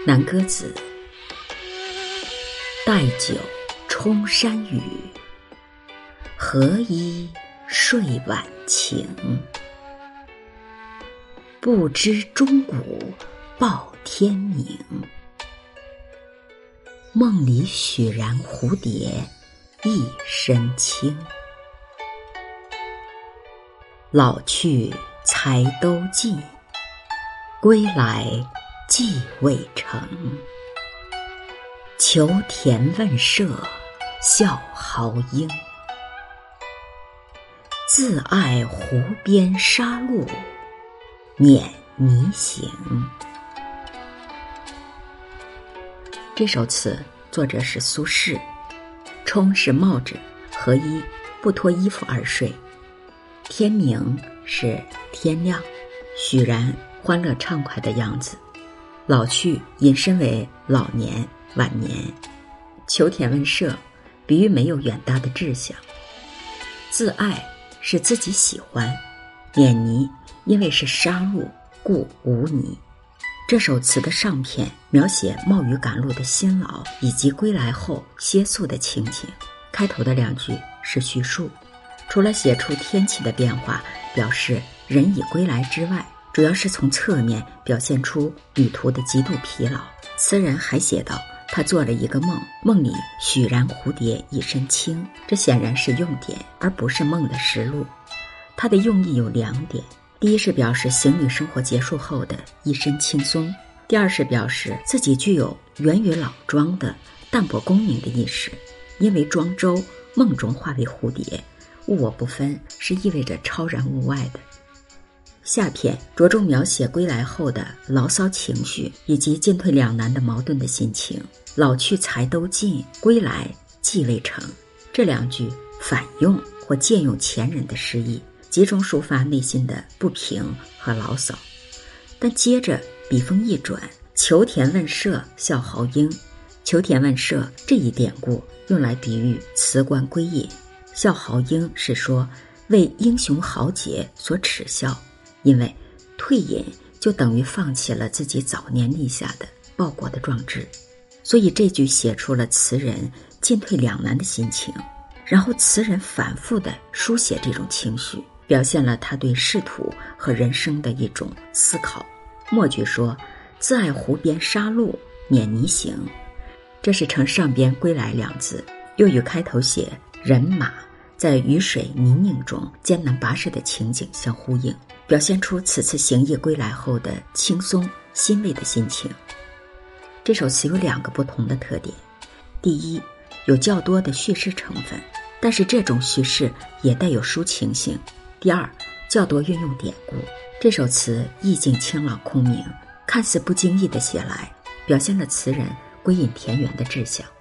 南歌子，带酒冲山雨，何依睡晚晴。不知钟鼓报天明，梦里许然蝴蝶一身轻。老去才都尽，归来既未成。求田问舍笑豪英，自爱湖边沙路免泥行。这首词作者是苏轼，冲是冒着，何依不脱衣服而睡，天明是天亮，许然欢乐畅快的样子，老去引申为老年晚年，求田问舍比喻没有远大的志向，自爱是自己喜欢，免泥因为是杀戮故无泥。这首词的上片描写冒雨赶路的辛劳以及归来后歇宿的情景，开头的2句是叙述，除了写出天气的变化表示人已归来之外，主要是从侧面表现出旅途的极度疲劳。词人还写道他做了一个梦，梦里许然蝴蝶一身轻，这显然是用典而不是梦的实录。它的用意有2点，第一是表示行旅生活结束后的一身轻松，第二是表示自己具有源于老庄的淡泊功名的意识，因为庄周梦中化为蝴蝶，物我不分是意味着超然物外的。下片着重描写归来后的牢骚情绪以及进退两难的矛盾的心情，老去才都尽，归来既未成，这2句反用或借用前人的诗意，集中抒发内心的不平和牢骚。但接着笔锋一转，求田问舍笑豪英，求田问舍这一典故用来比喻辞官归隐，笑豪英是说为英雄豪杰所耻笑，因为退隐就等于放弃了自己早年立下的报国的壮志，所以这句写出了词人进退两难的心情，然后词人反复地书写这种情绪，表现了他对仕途和人生的一种思考。末句说自爱湖边沙路免泥行，这是承上边归来2字，又与开头写人马在雨水泥泞中艰难跋涉的情景相呼应，表现出此次行役归来后的轻松欣慰的心情。这首词有2个不同的特点，第一，有较多的叙事成分，但是这种叙事也带有抒情性。第二，较多运用典故。这首词意境清朗空明，看似不经意地写来，表现了词人归隐田园的志向。